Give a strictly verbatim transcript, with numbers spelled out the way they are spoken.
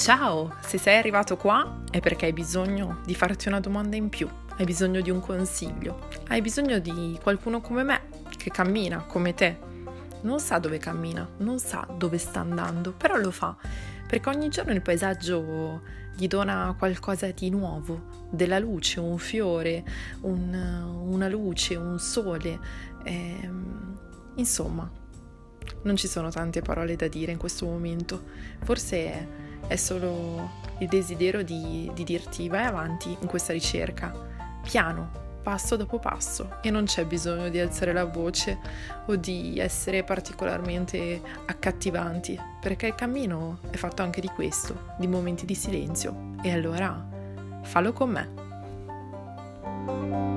Ciao, se sei arrivato qua è perché hai bisogno di farti una domanda in più, hai bisogno di un consiglio, hai bisogno di qualcuno come me che cammina come te. Non sa dove cammina, non sa dove sta andando, però lo fa, perché ogni giorno il paesaggio gli dona qualcosa di nuovo, della luce, un fiore, un, una luce, un sole, ehm, insomma, non ci sono tante parole da dire in questo momento, forse è solo il desiderio di, di dirti vai avanti in questa ricerca, piano, passo dopo passo, e non c'è bisogno di alzare la voce o di essere particolarmente accattivanti, perché il cammino è fatto anche di questo, di momenti di silenzio, e allora fallo con me.